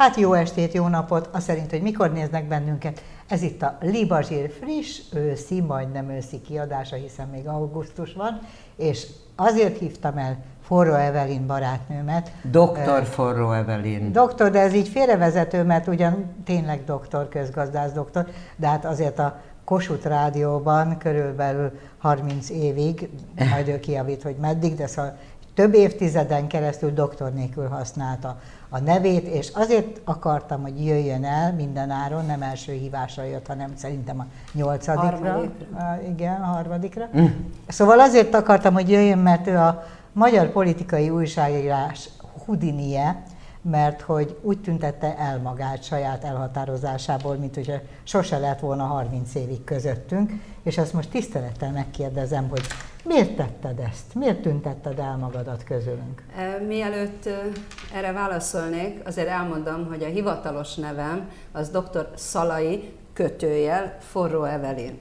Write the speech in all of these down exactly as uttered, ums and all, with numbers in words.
Hát jó estét, jó napot, azt szerint, hogy mikor néznek bennünket. Ez itt a Libazsír friss őszi, majdnem őszi kiadása, hiszen még augusztus van, és azért hívtam el Forró Evelin barátnőmet. Doktor Forró Evelin. Doktor, de ez így félrevezető, mert ugyan tényleg doktor, közgazdász doktor, de hát azért a Kossuth Rádióban körülbelül harminc évig, majd ő kijavít, hogy meddig, de szóval több évtizeden keresztül doktor nélkül használta a nevét, és azért akartam, hogy jöjjön el mindenáron, nem első hívásra jött, hanem szerintem a nyolcadikra. Harmadikra. Igen, a harmadikra. Mm. Szóval azért akartam, hogy jöjjön, mert ő a magyar politikai újságírás Houdinie, mert hogy úgy tüntette el magát saját elhatározásából, mint hogyha sose lett volna harminc évig közöttünk, és azt most tisztelettel megkérdezem, hogy miért tetted ezt? Miért tüntetted el magadat közülünk? Mielőtt erre válaszolnék, azért elmondom, hogy a hivatalos nevem az doktor Szalai kötőjel Forró Evelin.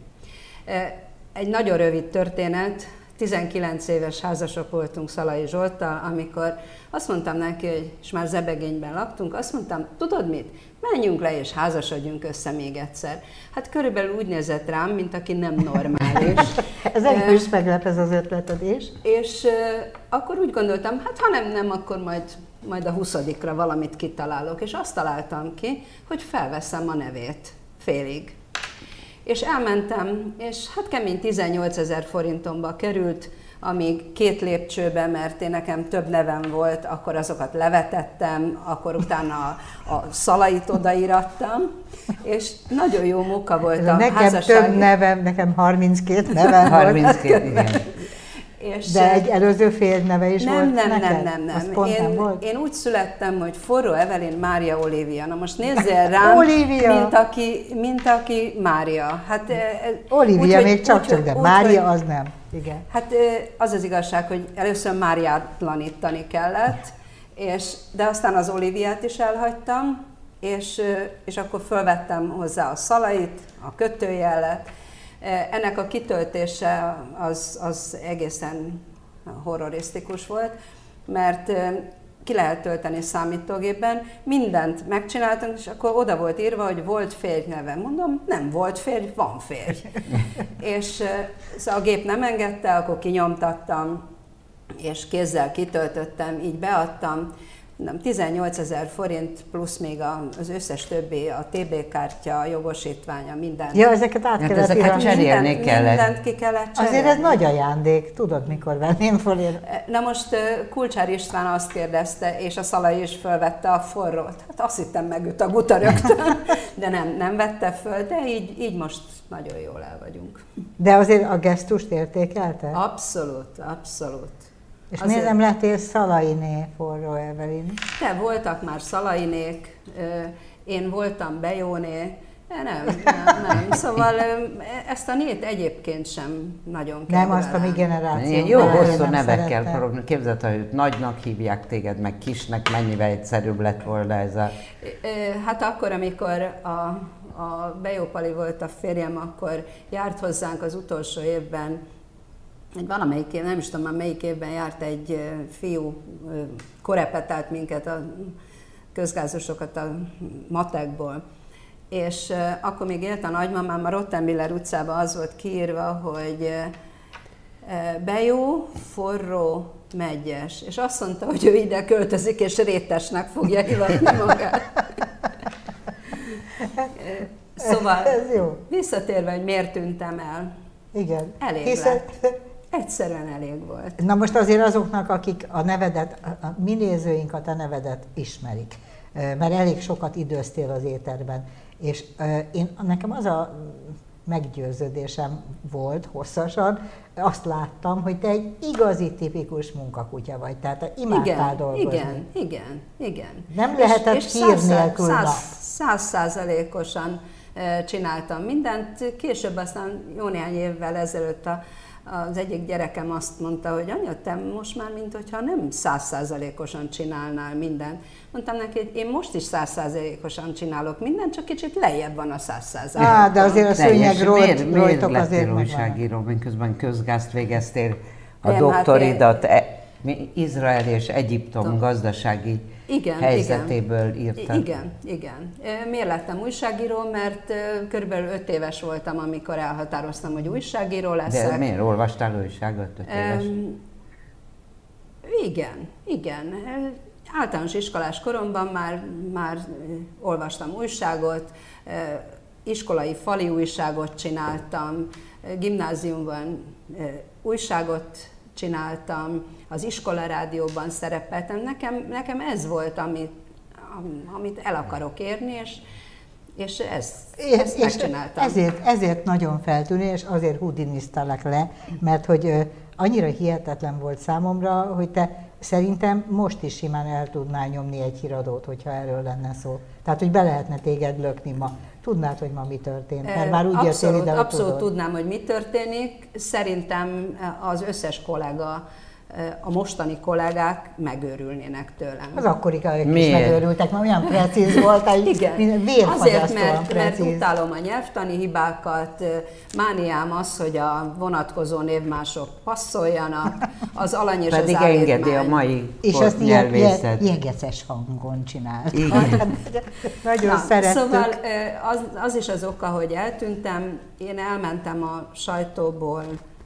Egy nagyon rövid történet, tizenkilenc éves házasok voltunk Szalai Zsolttal, amikor azt mondtam neki, hogy, és már Zebegényben laktunk, azt mondtam, tudod mit, menjünk le és házasodjunk össze még egyszer. Hát körülbelül úgy nézett rám, mint aki nem normális. Ez engem is meglep ez az ötleted is. És uh, akkor úgy gondoltam, hát ha nem, nem, akkor majd, majd a huszadikra valamit kitalálok. És azt találtam ki, hogy felveszem a nevét félig. És elmentem, és hát kemény tizennyolcezer forintomba került, amíg két lépcsőben, mert én nekem több nevem volt, akkor azokat levetettem, akkor utána a, a Szalait odaírattam, és nagyon jó munka volt a nekem házasság. Nekem több nevem, nekem harminckét nevem volt. harminckét, igen. És de egy előző férj neve is nem, volt nem, neked? Nem, nem, nem. Én, nem volt? én úgy születtem, hogy Forró Evelin Mária Olivia. Na most nézzél rám, mint, aki, mint aki Mária. Hát, Olivia úgy, még hogy, csak-csak, úgy, de úgy, Mária hogy, az nem. Igen. Hát az az igazság, hogy először Máriátlanítani kellett, és, de aztán az Oliviát is elhagytam, és, és akkor fölvettem hozzá a Szalait, a kötőjelet. Ennek a kitöltése az, az egészen horrorisztikus volt, mert ki lehet tölteni számítógépben, mindent megcsináltunk, és akkor oda volt írva, hogy volt férj neve. Mondom, nem volt férj, van férj. És szóval a gép nem engedte, akkor kinyomtattam, és kézzel kitöltöttem, így beadtam. Nem, tizennyolcezer forint plusz még az összes többi, a té bé kártya, a jogosítványa, minden. Ja, ezeket át hát kellett ezeket cserélni mindent, kellett. Mindent ki kellett cserélni. Azért ez nagy ajándék, tudod, mikor venném föl. Na most Kulcsár István azt kérdezte, és a Szalai is fölvette a Forrót. Hát azt hittem megüt a guta rögtön, de nem, nem vette föl, de így, így most nagyon jól el vagyunk. De azért a gesztust értékelte? Abszolút, abszolút. És azért... miért nem lettél Szalainé, Forró Evelin? De voltak már Szalainék, én voltam Bejóné, nem, nem, nem. Szóval ezt a nét egyébként sem nagyon kedvelem. Nem azt a mi generáció. Jó hosszú nevekkel forogni. Képzeld, hogy nagynak hívják téged, meg kisnek, mennyivel egyszerűbb lett volna ez a... Hát akkor, amikor a, a Bejó Pali volt a férjem, akkor járt hozzánk az utolsó évben, egy valamelyik év, nem is tudom már melyik évben járt egy fiú, korepetált minket, a közgázosokat a matekból. És akkor még élt a nagymamám, a Rottenmiller utcában az volt kiírva, hogy Bejó, Forró, Megyes. És azt mondta, hogy ő ide költözik, és Rétesnek fogja hivatni magát. Szóval ez jó. Visszatérve, hogy miért tűntem el. Igen. Elég Hiszen... lett. Egyszerűen elég volt. Na most azért azoknak, akik a nevedet, a mi nézőink a te nevedet ismerik, mert elég sokat időztél az éterben, és én, nekem az a meggyőződésem volt hosszasan, azt láttam, hogy te egy igazi, tipikus munkakutya vagy, tehát imádtál igen, dolgozni. Igen, igen, igen. Nem lehetett és, és hír száz, nélkül száz, nap. Százszázalékosan csináltam mindent, később aztán jó néhány évvel ezelőtt a az egyik gyerekem azt mondta, hogy anya, te most már, mintha nem százszázalékosan csinálnál mindent. Mondtam neki, hogy én most is százszázalékosan csinálok mindent, csak kicsit lejjebb van a száz százalék. Á, de azért a szőnyeg miért, miért azért lettél újságíró, miközben közgázt végeztél a nem, doktoridat? Hát Mi Izrael és Egyiptom gazdasági igen, helyzetéből igen. írtad. Igen, igen. Miért lettem újságíró? Mert körülbelül öt éves voltam, amikor elhatároztam, hogy újságíró leszek. De miért? Olvastál újságot öt éves? Um, igen, igen. Általános iskolás koromban már, már olvastam újságot, iskolai fali újságot csináltam, gimnáziumban újságot csináltam, az iskolarádióban szerepeltem. Nekem, nekem ez volt, amit, amit el akarok érni, és, és ezt, ezt és megcsináltam. Ezért, ezért nagyon feltűnő, és azért hudiniztalak le, mert hogy annyira hihetetlen volt számomra, hogy te szerintem most is simán el tudnál nyomni egy híradót, hogyha erről lenne szó. Tehát, hogy be lehetne téged lökni ma. Tudnád, hogy ma mi történt, mert már úgy abszolút, jöttél ide, abszolút tudod. tudnám, hogy mi történik. Szerintem az összes kollega, a mostani kollégák megőrülnének tőlem. Az akkorikai is megőrültek, mert olyan precíz volt, hogy azért, mert, mert utálom a nyelvtani hibákat, mániám az, hogy a vonatkozó névmások passzoljanak, az alany és pedig az állítmány. engedi a mai és ezt nyelvészet. ilyen jegeces hangon csinált. Nagyon Na, szerettük. Szóval az, az is az oka, hogy eltűntem. Én elmentem a sajtóból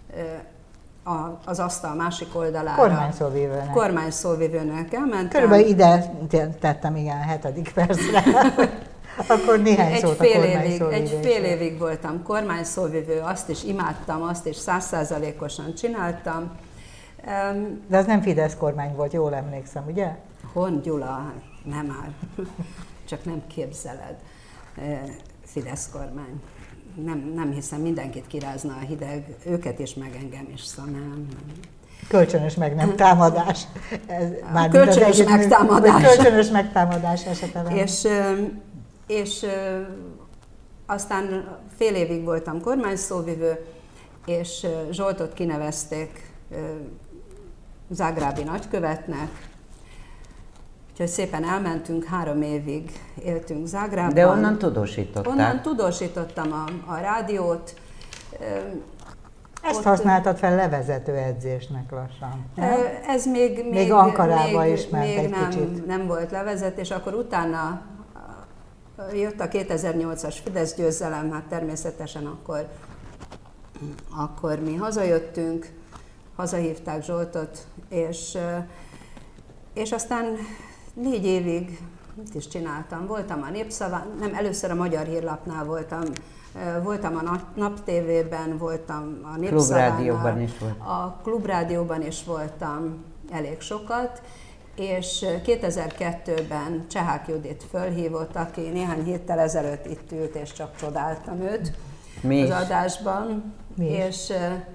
az asztal másik oldalára. Kormányszóvivőnek. Kormányszóvivőnek elmentem. Körülbelül ide tettem, igen, hetedik percre. Akkor néhány egy szót fél a évig, kormányszóvivő. Egy fél évig voltam kormányszóvivő, azt is imádtam, azt is százszázalékosan csináltam. De az nem Fidesz kormány volt, jól emlékszem, ugye? Horn Gyula, nem áll. Csak nem képzeled. Fidesz kormány. Nem, nem hiszem, mindenkit kirázna a hideg, őket is, meg engem is, szóval nem. Kölcsönös meg nem támadás. Ez már kölcsönös megtámadás. Kölcsönös megtámadás esetben. És, és aztán fél évig voltam kormányszóvivő, és Zsoltot kinevezték zágrábi nagykövetnek. Úgyhogy szépen elmentünk, három évig éltünk Zágrában. De onnan tudósították? Onnan tudósítottam a, a rádiót. Ezt ott használtad fel levezető edzésnek lassan. Nem? Ez még, még, még Ankarába még, is ment még egy nem, kicsit. nem volt levezetés, akkor utána jött a kétezer-nyolcas Fidesz győzelem, hát természetesen akkor, akkor mi hazajöttünk, hazahívták Zsoltot, és, és aztán négy évig mit is csináltam. Voltam a Népszaván, nem, először a Magyar Hírlapnál voltam, voltam a Nap té vében, voltam a Népszavánál. Klubrádióban is voltam. A Klubrádióban is voltam elég sokat, és kétezer-kettőben Csehák Judit fölhívott, aki néhány héttel ezelőtt itt ült, és csak csodáltam őt Mi az is. adásban. Mi is. És,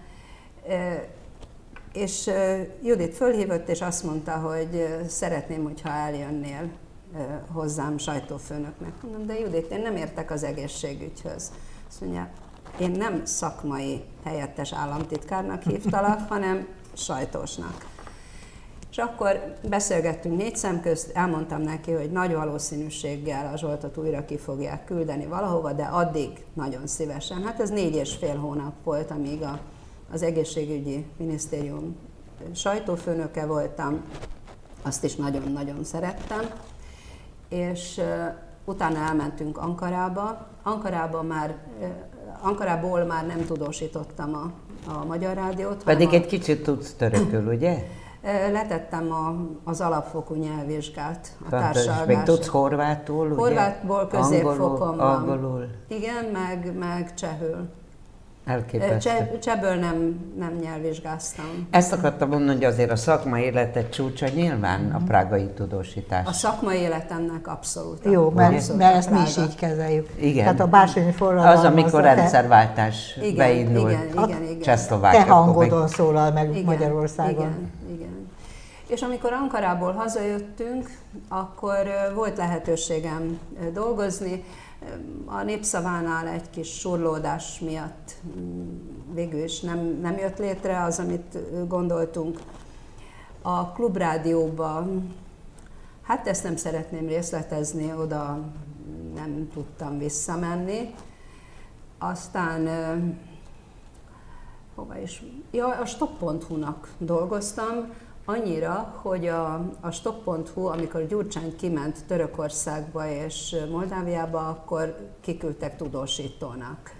és Judit fölhívott, és azt mondta, hogy szeretném, hogyha eljönnél hozzám sajtófőnöknek. Mondom, de Judit, én nem értek az egészségügyhöz. Azt mondja, én nem szakmai helyettes államtitkárnak hívtalak, hanem sajtósnak. És akkor beszélgettünk négy szem közt, elmondtam neki, hogy nagy valószínűséggel a Zsoltot újra ki fogják küldeni valahova, de addig nagyon szívesen. Hát ez négy és fél hónap volt, amíg a, az egészségügyi minisztérium sajtófőnöke voltam, azt is nagyon-nagyon szerettem. És uh, utána elmentünk Ankarába. Ankarába már, uh, Ankarából már nem tudósítottam a, a Magyar Rádiót. Pedig a, egy kicsit tudsz törökül, ugye? Uh, letettem a, az alapfokú nyelvvizsgát, a társalgásra. És még tudsz horvátul, ugye? Horvátból középfokon van. Angolul. Igen, meg, meg csehül. Elképesztő. Cseh, csehből nem, nem nyelvvizsgáztam. Ezt akartam mondani, hogy azért a szakmai életed csúcsa nyilván a prágai tudósítás. A szakmai életemnek abszolút. Jó, mert, abszolút mert ezt mi Prága. is így kezeljük. Igen. Tehát a bársonyi forradalom Az, amikor az rendszerváltás igen, beindult. igen, igen, igen. Csehszlovákia. Te hangodon szólal meg Igen, Magyarországon. Igen, igen. És amikor Ankarából hazajöttünk, akkor volt lehetőségem dolgozni. A Népszavánál egy kis surlódás miatt végül is nem, nem jött létre az, amit gondoltunk. A Klubrádióban, hát ezt nem szeretném részletezni, oda nem tudtam visszamenni. Aztán hova is? Ja, a stop pont hu-nak dolgoztam, Annyira, hogy a, a stop pont hu, amikor Gyurcsány kiment Törökországba és Moldáviába, akkor kiküldtek tudósítónak.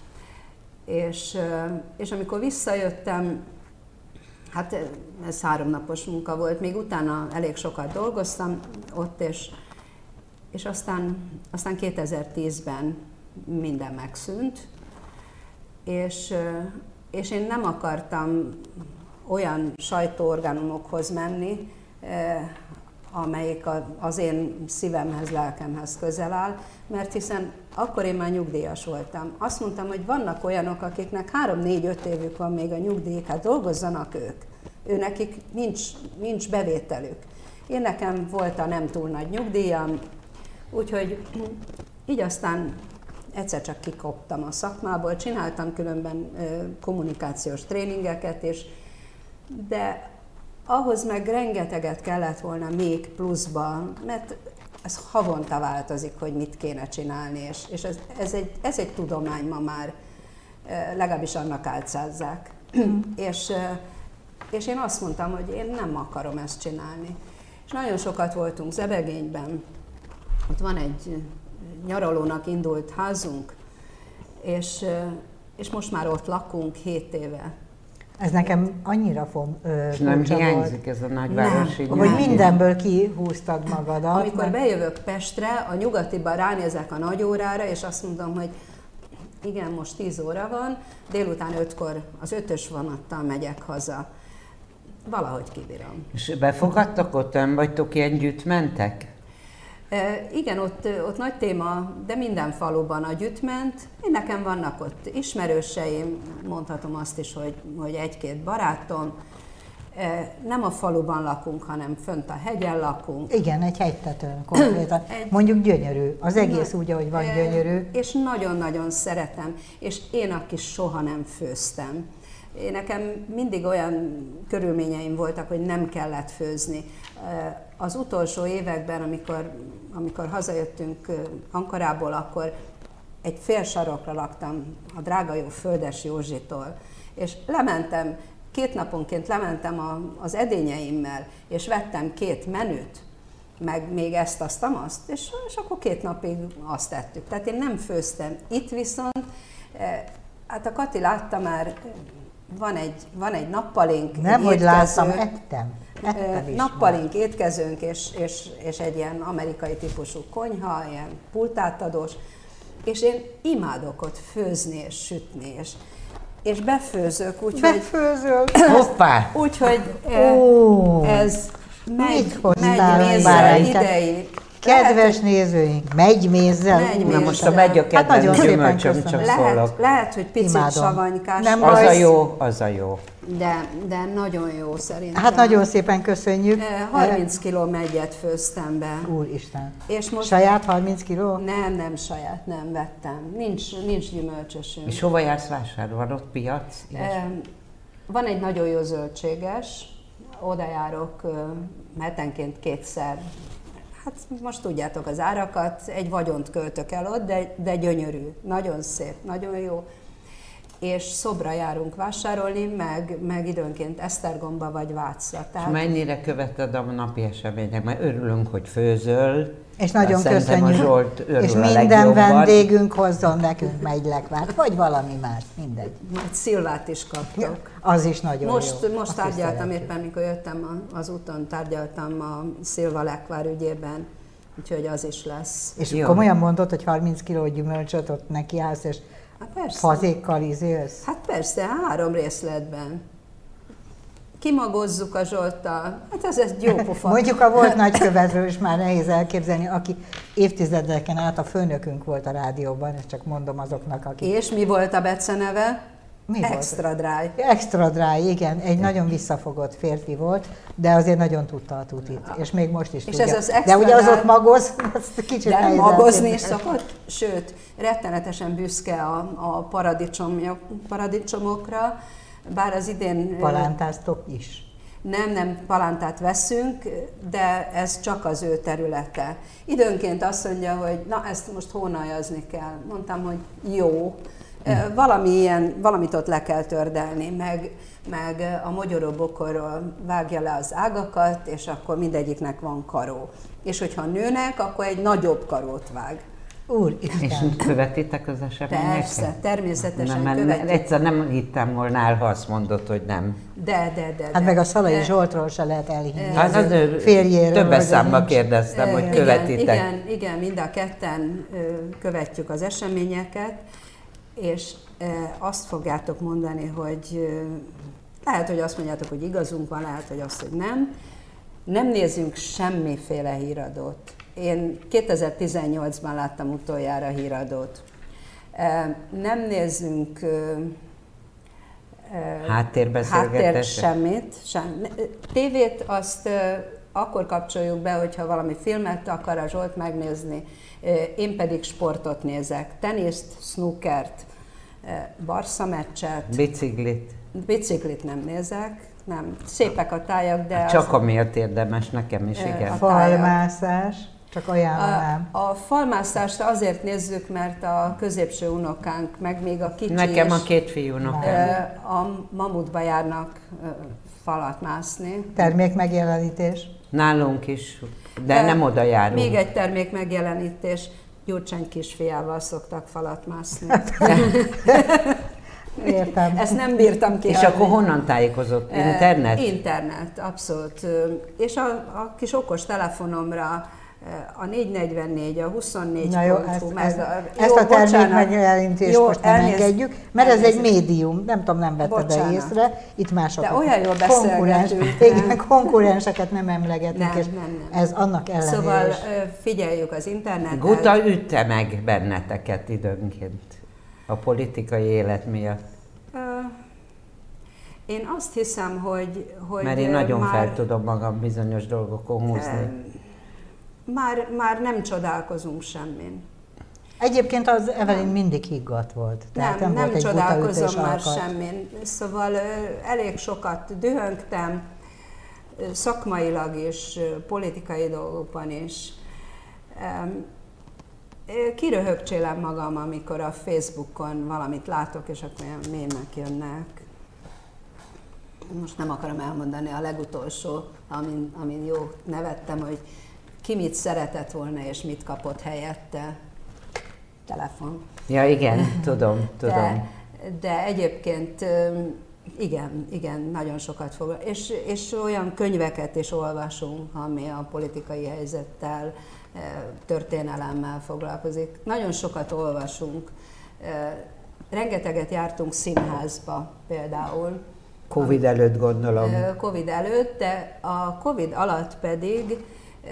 És, és amikor visszajöttem, hát ez háromnapos munka volt, még utána elég sokat dolgoztam ott, és, és aztán, aztán kétezer-tízben minden megszűnt, és, és én nem akartam olyan sajtóorganumokhoz menni, amelyik az én szívemhez, lelkemhez közel áll, mert hiszen akkor én már nyugdíjas voltam. Azt mondtam, hogy vannak olyanok, akiknek három-négy-öt évük van még a nyugdíjig, hát dolgozzanak ők. Ő nekik nincs, nincs bevételük. Én nekem volt a nem túl nagy nyugdíjam, úgyhogy így aztán egyszer csak kikoptam a szakmából, csináltam különben kommunikációs tréningeket, és, de ahhoz meg rengeteget kellett volna még pluszba, mert ez havonta változik, hogy mit kéne csinálni, és, és ez, ez, egy, ez egy tudomány ma már, legalábbis annak álcázzák. Mm. és, és én azt mondtam, hogy én nem akarom ezt csinálni. És nagyon sokat voltunk Zebegényben, ott van egy nyaralónak indult házunk, és, és most már ott lakunk hét éve. Ez nekem annyira fog És nem hiányzik ez a nagyvárosi nyelv. Hogy mindenből kihúztad magadat. Amikor mert... bejövök Pestre, a nyugatiban ránézek a nagy órára, és azt mondom, hogy igen, most tíz óra van, délután ötkor az ötös vonattal megyek haza. Valahogy kibírom. És befogadtak ott, nem vagytok ilyen gyűjtmentek? E, igen, ott, ott nagy téma, de minden faluban a gyűjtment. Én nekem vannak ott ismerőseim, mondhatom azt is, hogy, hogy egy-két barátom. E, nem a faluban lakunk, hanem fönt a hegyen lakunk. Igen, egy hegytetőn konkrétan. egy... Mondjuk gyönyörű. Az egész Na, úgy, ahogy van, gyönyörű. És nagyon-nagyon szeretem. És én, aki soha nem főztem. Én nekem mindig olyan körülményeim voltak, hogy nem kellett főzni. Az utolsó években, amikor, amikor hazajöttünk Ankarából, akkor egy fél sarokra laktam a drága jó Földes Józsitól, és lementem, két naponként lementem a, az edényeimmel, és vettem két menüt, meg még ezt, azt, azt, és, és akkor két napig azt tettük. Tehát én nem főztem. Itt viszont, hát a Kati látta már, Van egy, van egy nappalink, Nem, egy hogy étkező, láttam, ettem. ettem nappalink, étkezőnk, és, és, és egy ilyen amerikai típusú konyha, ilyen pultátadós, és én imádok ott főzni és sütni, és, és befőzök, úgyhogy... Befőzöl? Hoppá! Úgyhogy oh, ez megy, megy mézzel idei. Kedves nézőink, megy mézzel. Megy Na most a megy a kedvenc hát gyümölcsöm, csak lehet, szólok. Lehet, hogy picit Imádom. savanykás. Nem az a jó, az a jó. De, de nagyon jó szerintem. Hát nagyon szépen köszönjük. harminc kiló megyet főztem be. Úristen. És most saját harminc kiló? Nem, nem saját, nem vettem. Nincs, nincs gyümölcsösünk. És hova jársz vásárolni? Van ott piac? E, van egy nagyon jó zöldséges, oda járok hetenként kétszer. Hát most tudjátok az árakat, egy vagyont költök el ott, de, de gyönyörű, nagyon szép, nagyon jó. És Szobra járunk vásárolni, meg, meg időnként Esztergomba vagy Vácra. Tehát... És mennyire követed a napi események? Mert örülünk, hogy főzöl. És nagyon köszönjük. Zsolt és minden vendégünk hozzon nekünk megylekvárt, vagy valami más, mindegy. Majd szilvát is kaptok. Ja, az is nagyon most, jó. Most tárgyaltam éppen, mikor jöttem az úton, tárgyaltam a szilva lekvár ügyében, úgyhogy az is lesz. És jó. Komolyan mondod, hogy harminc kiló gyümölcsöt ott nekiállsz, és hát fazékkal izélsz? Hát persze, három részletben. Kimagozzuk a Zsolttal. Hát ez egy jó pofa. Mondjuk a volt nagykövetről is már nehéz elképzelni, aki évtizedeken át a főnökünk volt a rádióban, ezt csak mondom azoknak, akik... És mi volt a beceneve? Mi Extra Dry. Extra Dry, igen. Egy nagyon visszafogott férfi volt, de azért nagyon tudta a tutit, és még most is és tudja. Ez az extra de ugye az ott magoz, azt kicsit de nehéz magozni is szokott, sőt, rettenetesen büszke a, a paradicsomokra, bár az idén... Palántáztok is? Nem, nem palántát veszünk, de ez csak az ő területe. Időnként azt mondja, hogy na ezt most hónajazni kell. Mondtam, hogy jó, Valami ilyen, valamit ott le kell tördelni, meg, meg a mogyoró bokorról vágja le az ágakat, és akkor mindegyiknek van karó. És hogyha nőnek, akkor egy nagyobb karót vág. Úristen! És követitek az eseményeket? Persze, természetesen nem, követjük. Egyszer nem hittem volna el, ha azt mondod, hogy nem. De, de, de. Hát de. meg a Szalai Zsoltról se lehet elhinni. Hát az ő férjéről. többes számba kérdeztem, hogy igen, követitek. Igen, igen, mind a ketten követjük az eseményeket, és azt fogjátok mondani, hogy lehet, hogy azt mondjátok, hogy igazunk van, lehet, hogy azt, hogy nem. Nem nézzünk semmiféle híradót. Én kétezer-tizennyolcban láttam utoljára híradót. Nem nézzünk háttérbeszélgetést, háttér semmit. Sem. Tévét azt akkor kapcsoljuk be, hogyha valami filmet akar a Zsolt megnézni, én pedig sportot nézek. Teniszt, snookert, barszameccset. Biciklit. Biciklit nem nézek. Nem, szépek a tájak, de... Csak az... amiért érdemes, nekem is, igen. Falmászás, csak ajánlanám. A, a falmászást azért nézzük, mert a középső unokánk, meg még a kicsi Nekem is, a két fiú unokám. a mamutba járnak falat mászni. Termék megjelenítés. Nálunk is, de, de nem oda járunk. Még egy termék megjelenítés, Gyurcsány kisfiával szoktak falat mászni. Értem. Ezt nem bírtam ki. És akkor honnan tájékozott? Internet? Internet, abszolút. És a, a kis okos telefonomra a négy negyvennégy, a huszonnégy Na jó, pont hu, ezt, meg ezt, a, ezt jó, a termékmegjelenítést most nem elnéz, engedjük, mert elnéz, ez egy médium, nem tudom, nem vetted bocsánat. be észre, itt másokat. De olyan jól konkurens, beszélgetünk. igen, konkurenseket nem emlegetünk, Nem, és nem, nem. ez annak ellenére Szóval is. figyeljük az internetet. Guta ütte meg benneteket időnként a politikai élet miatt. Én azt hiszem, hogy... hogy Mert én nagyon már, fel tudom magam bizonyos dolgokon húzni. Már, már nem csodálkozunk semmin. Egyébként az Evelyn mindig higgadt volt. Tehát nem, nem, nem volt egy csodálkozom már alkat. semmin. Szóval elég sokat dühöngtem, szakmailag is, politikai dolgokban is. Kiröhögcsélem magam, amikor a Facebookon valamit látok, és akkor olyan mémek jönnek. Most nem akarom elmondani a legutolsó, amin, amin jó nevettem, hogy ki mit szeretett volna, és mit kapott helyette. Telefon. Ja, igen, tudom, tudom. De, de egyébként igen, igen, nagyon sokat fog. És, és olyan könyveket is olvasunk, ami a politikai helyzettel, történelemmel foglalkozik. Nagyon sokat olvasunk. Rengeteget jártunk színházba például. Covid előtt gondolom. Covid előtt, de a Covid alatt pedig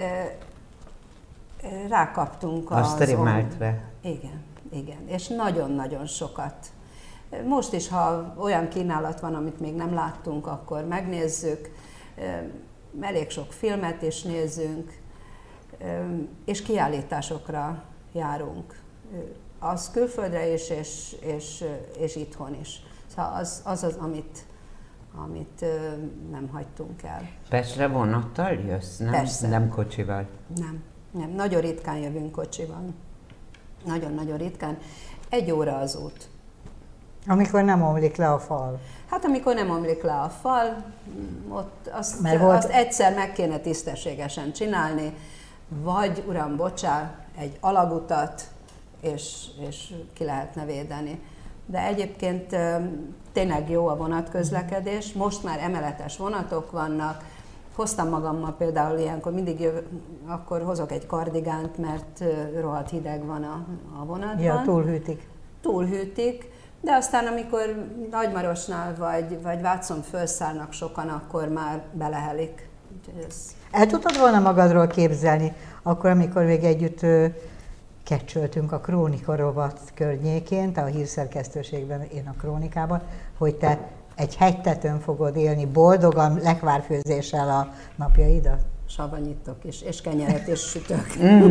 rákaptunk a streamáltre. Igen, igen, és nagyon-nagyon sokat. Most is, ha olyan kínálat van, amit még nem láttunk, akkor megnézzük. Elég sok filmet is nézzünk, és kiállításokra járunk. Az külföldre is, és, és, és itthon is. Szóval az az, az amit, amit nem hagytunk el. Pestre vonattal jössz? Nem, Persze. Nem kocsival? Nem, nem. Nagyon ritkán jövünk kocsival. Nagyon-nagyon ritkán. Egy óra az út. Amikor nem omlik le a fal. Hát amikor nem omlik le a fal, ott azt, volt... azt egyszer meg kéne tisztességesen csinálni, vagy, uram, bocsá, egy alagutat, és, és ki lehetne védeni. De egyébként tényleg jó a vonatközlekedés, most már emeletes vonatok vannak. Hoztam magammal például ilyenkor, mindig jövök, akkor hozok egy kardigánt, mert rohadt hideg van a, a vonatban. Ja, túlhűtik. Túlhűtik, de aztán amikor Nagymarosnál vagy, vagy Vácon felszállnak sokan, akkor már belehelik. Ez... El tudtad volna magadról képzelni, akkor, amikor még együtt ö, kecsöltünk a Krónika rovat környékén, te a hírszerkesztőségben, én a Krónikában, hogy te egy hegytetőn fogod élni boldogan, lekvárfőzéssel a napjaidat? Savanyítok is, és kenyeret is sütök.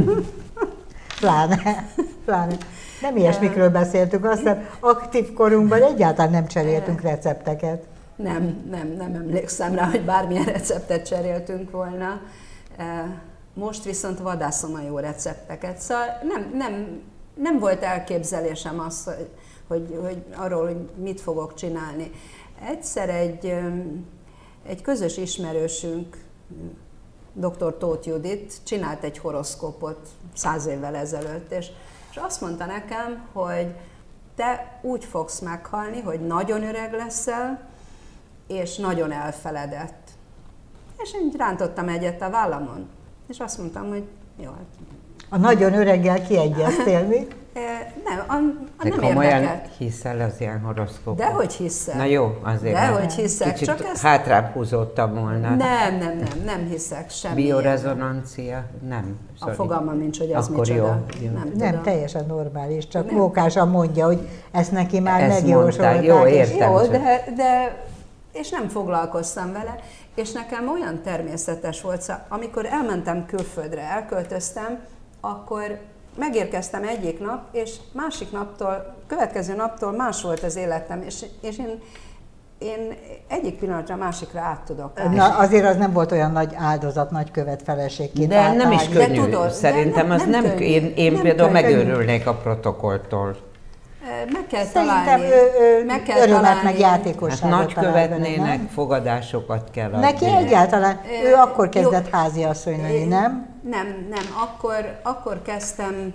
Pláne, pláne. Nem ilyesmikről beszéltünk, aztán aktív korunkban egyáltalán nem cseréltünk recepteket. Nem, nem, nem emlékszem rá, hogy bármilyen receptet cseréltünk volna. Most viszont vadászom a jó recepteket. Szóval nem, nem, nem volt elképzelésem az, hogy, hogy, hogy arról, hogy mit fogok csinálni. Egyszer egy, egy közös ismerősünk, dr. Tóth Judit csinált egy horoszkópot száz évvel ezelőtt, és, és azt mondta nekem, hogy te úgy fogsz meghalni, hogy nagyon öreg leszel, és nagyon elfeledett. És én rántottam egyet a vállamon, és azt mondtam, hogy jó. A nagyon öreggel kiegyeztél, mi? Nem, a, a nem komolyan érdekelt. hiszel az ilyen horoszkópot? Dehogy hiszek. Na jó, azért. Dehogy hiszek. Kicsit csak ezt... hátrább húzódtam volna. Nem, nem, nem, nem hiszek semmi. Biorezonancia? Nem. Sorry. A fogalmam nincs, hogy ez Akkor micsoda. Jó, jó. Nem, nem, teljesen normális, csak nem. Mókásan mondja, hogy ezt neki már ezt megjósolták. Jó, értem. Jó, de, de, és nem foglalkoztam vele, és nekem olyan természetes volt, szóval, amikor elmentem külföldre, elköltöztem, akkor megérkeztem egyik nap, és másik naptól, következő naptól más volt az életem, és, és én, én egyik pillanatra másikra át tudok állni. Na, azért az nem volt olyan nagy áldozat, nagy követ feleségként. De átállni. Nem is könnyű, tudod, szerintem nem, az nem, nem, könnyű. én, én nem például könnyű. megőrülnék a protokolltól. Meg kell Szerintem találni. Ő, ő, meg kell örömet, találni. meg játékosságot Hát nagykövetnének, fogadásokat kell adni. Neki egyáltalán, ő akkor kezdett háziasszony lenni, nem? Nem, nem, akkor, akkor kezdtem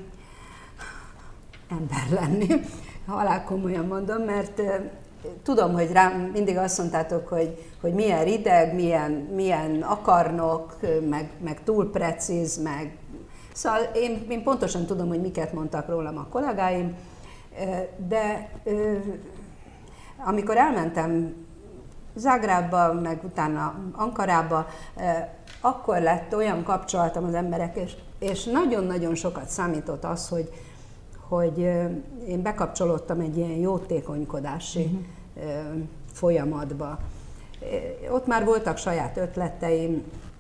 ember lenni, halál komolyan mondom, mert uh, tudom, hogy rám mindig azt mondtátok, hogy, hogy milyen rideg, milyen, milyen akarnok, meg, meg túl precíz, meg... Szóval én, én pontosan tudom, hogy miket mondtak rólam a kollégáim, de uh, amikor elmentem Zágrábba, meg utána Ankarába, uh, akkor lett olyan kapcsolatom az emberek, és, és nagyon-nagyon sokat számított az, hogy, hogy én bekapcsolódtam egy ilyen jótékonykodási uh-huh. folyamatba. Ott már voltak saját ötleteim,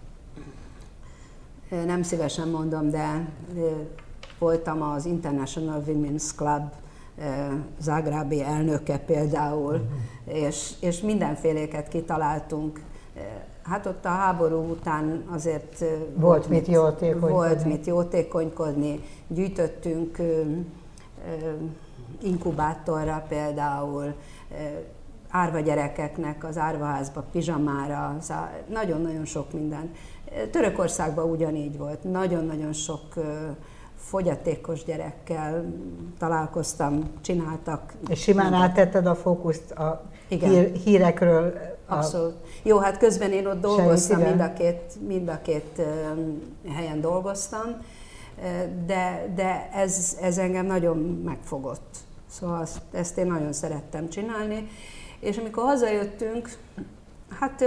nem szívesen mondom, de voltam az International Women's Club zágrábi elnöke például, uh-huh. és, és mindenféléket kitaláltunk. Hát ott a háború után azért volt, volt mit jótékonykodni. Volt mit jótékonykodni. Gyűjtöttünk inkubátorra például, árva gyerekeknek az árvaházba, pizsamára, nagyon-nagyon sok minden. Törökországban ugyanígy volt, nagyon-nagyon sok fogyatékos gyerekkel találkoztam, csináltak. És simán áttetted a fókuszt a hír, hírekről? Abszolút. Jó, hát közben én ott dolgoztam, mind a két, mind a két helyen dolgoztam, de, de ez, ez engem nagyon megfogott. Szóval azt, ezt én nagyon szerettem csinálni. És amikor hazajöttünk, hát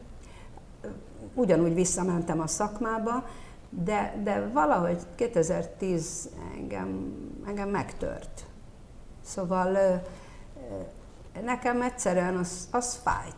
ugyanúgy visszamentem a szakmába, de, de valahogy kétezer-tíz engem, engem megtört. Szóval nekem egyszerűen az, az fájt.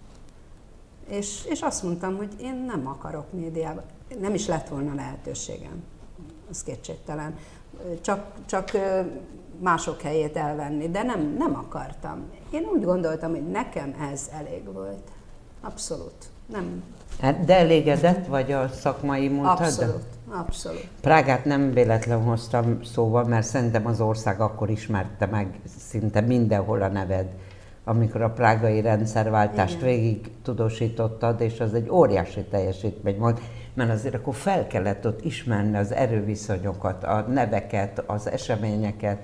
És, és azt mondtam, hogy én nem akarok médiába. Nem is lett volna lehetőségem. Az kétségtelen. Csak, csak mások helyét elvenni, de nem, nem akartam. Én úgy gondoltam, hogy nekem ez elég volt. Abszolút. Nem. De elégedett vagy a szakmai munkáddal? Abszolút, abszolút. Prágát nem véletlenül hoztam szóval, mert szerintem az ország akkor ismerte meg szinte mindenhol a neved, amikor a prágai rendszerváltást igen. végig tudósítottad, és az egy óriási teljesítmény volt, mert azért akkor fel kellett ott ismerni az erőviszonyokat, a neveket, az eseményeket.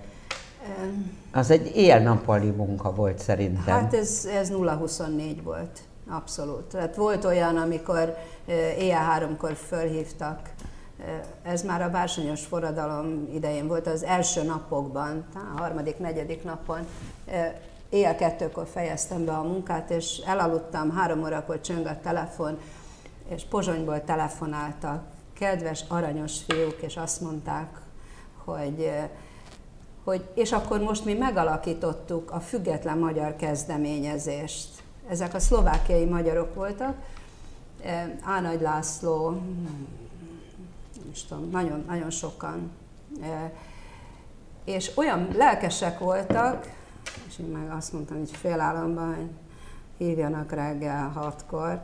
Az egy éjjel-nappali munka volt szerintem. Hát ez, ez nulla huszonnégy volt. Abszolút. Tehát volt olyan, amikor éjjel háromkor fölhívtak, ez már a bársonyos forradalom idején volt, az első napokban, a harmadik, negyedik napon, éjjel kettőkor fejeztem be a munkát, és elaludtam, három órakor csöng a telefon, és Pozsonyból telefonáltak, kedves, aranyos fiúk, és azt mondták, hogy, hogy és akkor most mi megalakítottuk a Független Magyar Kezdeményezést. Ezek a szlovákiai magyarok voltak, Á. Nagy László, nem is tudom, nagyon, nagyon sokan. És olyan lelkesek voltak, és én meg azt mondtam, hogy félállamban, hogy hívjanak reggel hatkor.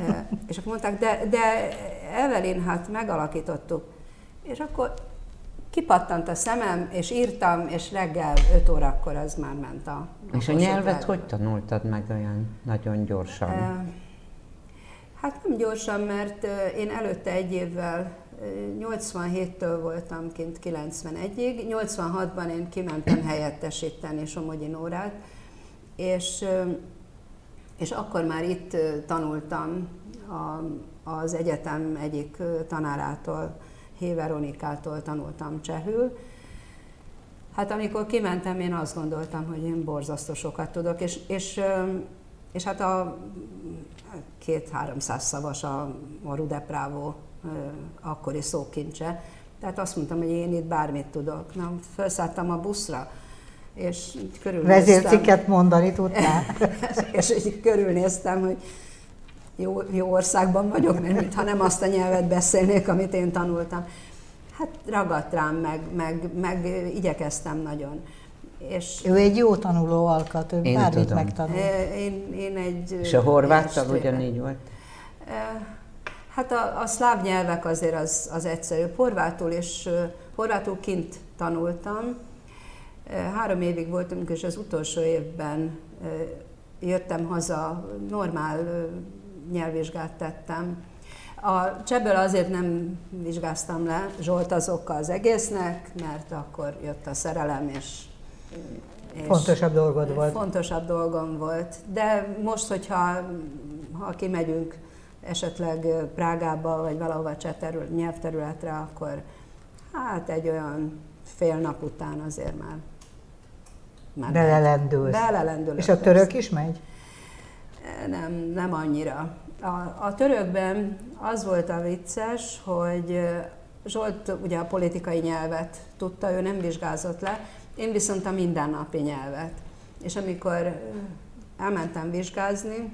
És akkor mondták, de, de Evelyn, hát megalakítottuk. És akkor kipattant a szemem, és írtam, és reggel öt órakor az már ment a... a és a nyelvet hogy tanultad meg olyan nagyon gyorsan? Hát nem gyorsan, mert én előtte egy évvel, nyolcvanhéttől voltam kint kilencvenegyig, nyolcvanhatban én kimentem helyettesíteni Somogyi Nórát, és, és akkor már itt tanultam a, az egyetem egyik tanárától, Hé Veronikától tanultam csehül. Hát amikor kimentem, én azt gondoltam, hogy én borzasztó sokat tudok, és, és, és hát a két-háromszáz szavas a, a Rudeprávó akkori szókincse. Tehát azt mondtam, hogy én itt bármit tudok. Na, felszálltam a buszra, és körülnéztem. Vezércikket mondani tudtál? És így körülnéztem, hogy jó, jó országban vagyok, mert mintha nem azt a nyelvet beszélnék, amit én tanultam. Hát ragadt rám, meg, meg, meg igyekeztem nagyon. És ő egy jó tanuló alkat, ő én bármit tudom. megtanul. Én, én egy... És a horváttal ugyanígy volt? Hát a, a szláv nyelvek azért az, az egyszerű. Horvátul és horvátul kint tanultam. Három évig voltunk, és az utolsó évben jöttem haza, normál nyelvvizsgát tettem. A csehből azért nem vizsgáztam le, Zsolt az oka az egésznek, mert akkor jött a szerelem, és, és fontosabb dolgod volt. Fontosabb dolgom volt. De most, hogyha ha kimegyünk esetleg Prágába, vagy valahova cseh terület, nyelvterületre, akkor hát egy olyan fél nap után azért már, már belelendülsz. Belelendülök. És a török is megy? Nem, nem annyira. A, a törökben az volt a vicces, hogy Zsolt ugye a politikai nyelvet tudta, ő nem vizsgázott le, én viszont a mindennapi nyelvet. És amikor elmentem vizsgázni,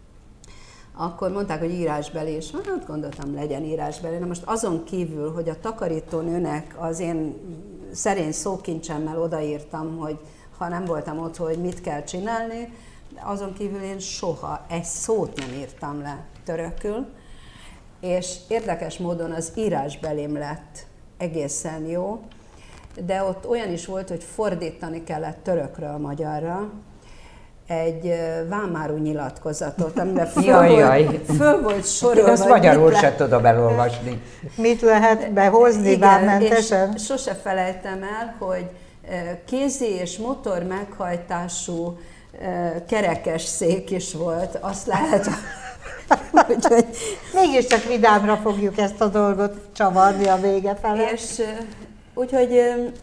akkor mondták, hogy írásbeli, és hát gondoltam, legyen írásbeli. Na most azon kívül, hogy a takarítónőnek az én szerény szókincsemmel odaírtam, hogy ha nem voltam ott, hogy mit kell csinálni, azon kívül én soha egy szót nem írtam le törökül, és érdekes módon az írásbelém lett egészen jó, de ott olyan is volt, hogy fordítani kellett törökről magyarra egy vámáru nyilatkozatot, amiben föl, jaj, volt, föl volt sorolva. Azt magyarul se tudom elolvasni. Mit lehet behozni vámmentesen? És sose felejtem el, hogy kézi és motor meghajtású kerekes szék is volt, azt lehet, hogy mégiscsak vidámra fogjuk ezt a dolgot csavarni a vége felé. És úgyhogy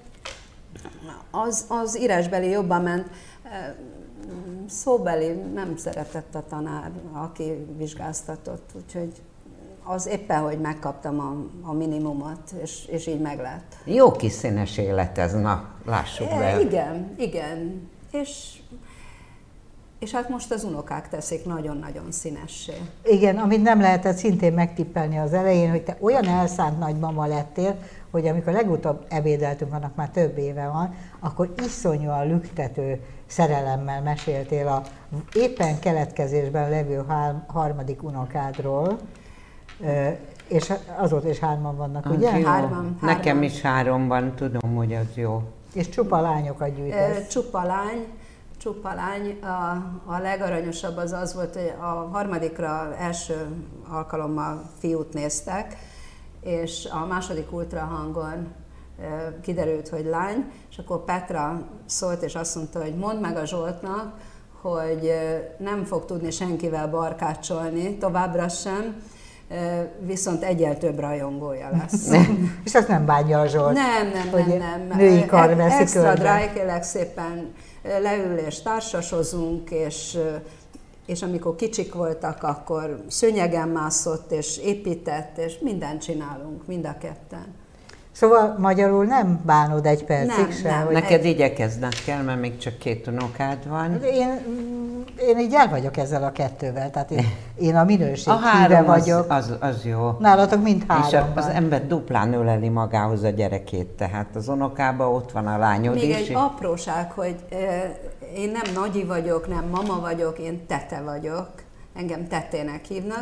az, az írásbeli jobban ment, szóbeli nem szeretett a tanár, aki vizsgáztatott, úgyhogy az éppen, hogy megkaptam a, a minimumot, és, és így meg lett. Jó kis színes élet ez, na, lássuk be. E, igen, igen. És És hát most az unokák teszik nagyon-nagyon színessé. Igen, amit nem lehetett szintén megtippelni az elején, hogy te olyan elszánt nagymama lettél, hogy amikor legutóbb ebédeltünk, annak már több éve van, akkor iszonyúan lüktető szerelemmel meséltél a éppen keletkezésben levő harmadik unokádról, és azóta is hárman vannak, az ugye? Hárman, hárman. Nekem is három van, tudom, hogy az jó. És csupa lányokat gyűjtesz. Csupa lány. Csupa lány, a, a legaranyosabb az az volt, hogy a harmadikra első alkalommal fiút néztek, és a második ultrahangon e, kiderült, hogy lány, és akkor Petra szólt, és azt mondta, hogy mondd meg a Zsoltnak, hogy e, nem fog tudni senkivel barkácsolni, továbbra sem, e, viszont egyel több rajongója lesz. És azt nem bánja a Zsolt? Nem, nem, nem. nem. Női kar veszi extra drájkélek szépen leül és társasozunk, és, és amikor kicsik voltak, akkor szőnyegen mászott, és épített, és mindent csinálunk, mind a ketten. Szóval magyarul nem bánod egy percig nem, se? Nem, hogy... Neked igyekezned kell, mert még csak két unokád van. Én, én így el vagyok ezzel a kettővel, tehát én, én a minőség a három híve vagyok. Az, az, az jó. Nálatok mind három. És az ember duplán öleli magához a gyerekét, tehát az unokában ott van a lányod Még is. egy apróság, hogy eh, én nem nagyi vagyok, nem mama vagyok, én tete vagyok. Engem tetének hívnak.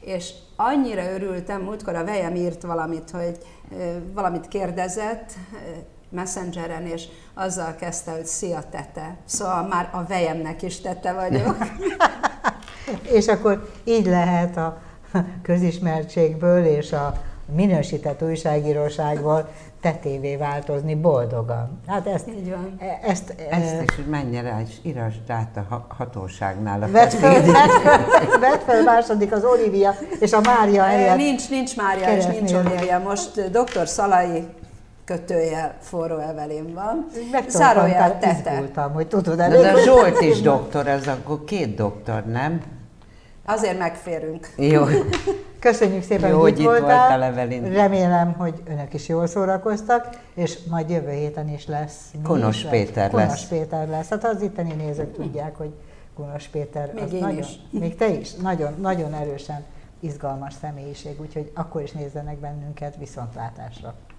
és annyira örültem, múltkor a vejem írt valamit, hogy valamit kérdezett Messengeren, és azzal kezdte, hogy szia tete. Szóval már a vejemnek is tete vagyok. És akkor így lehet a közismertségből és a minősített újságíróságból tetévé változni boldogan. Hát ezt, így van. Ezt, ezt is, hogy menjen rá, és írasd át a hatóságnál a vedd fel, vedd fel második az Olivia és a Mária helyett. Nincs, nincs Mária és nincs Olivia. Most doktor Szalai kötőjel forró Evelyn van. Zárójel tete. Izgultam, hogy tudod elég. De a Zsolt is doktor, az akkor két doktor, nem? Azért megférünk. Jó. Köszönjük szépen, jó, hogy itt voltál. voltál, Evelyn. Remélem, hogy önök is jól szórakoztak, és majd jövő héten is lesz. Konos is Péter lesz. lesz. Konos Péter lesz. Hát az itteni nézők tudják, hogy Konos Péter még az én nagyon, is. még te is, nagyon, nagyon erősen izgalmas személyiség, úgyhogy akkor is nézzenek bennünket, viszontlátásra.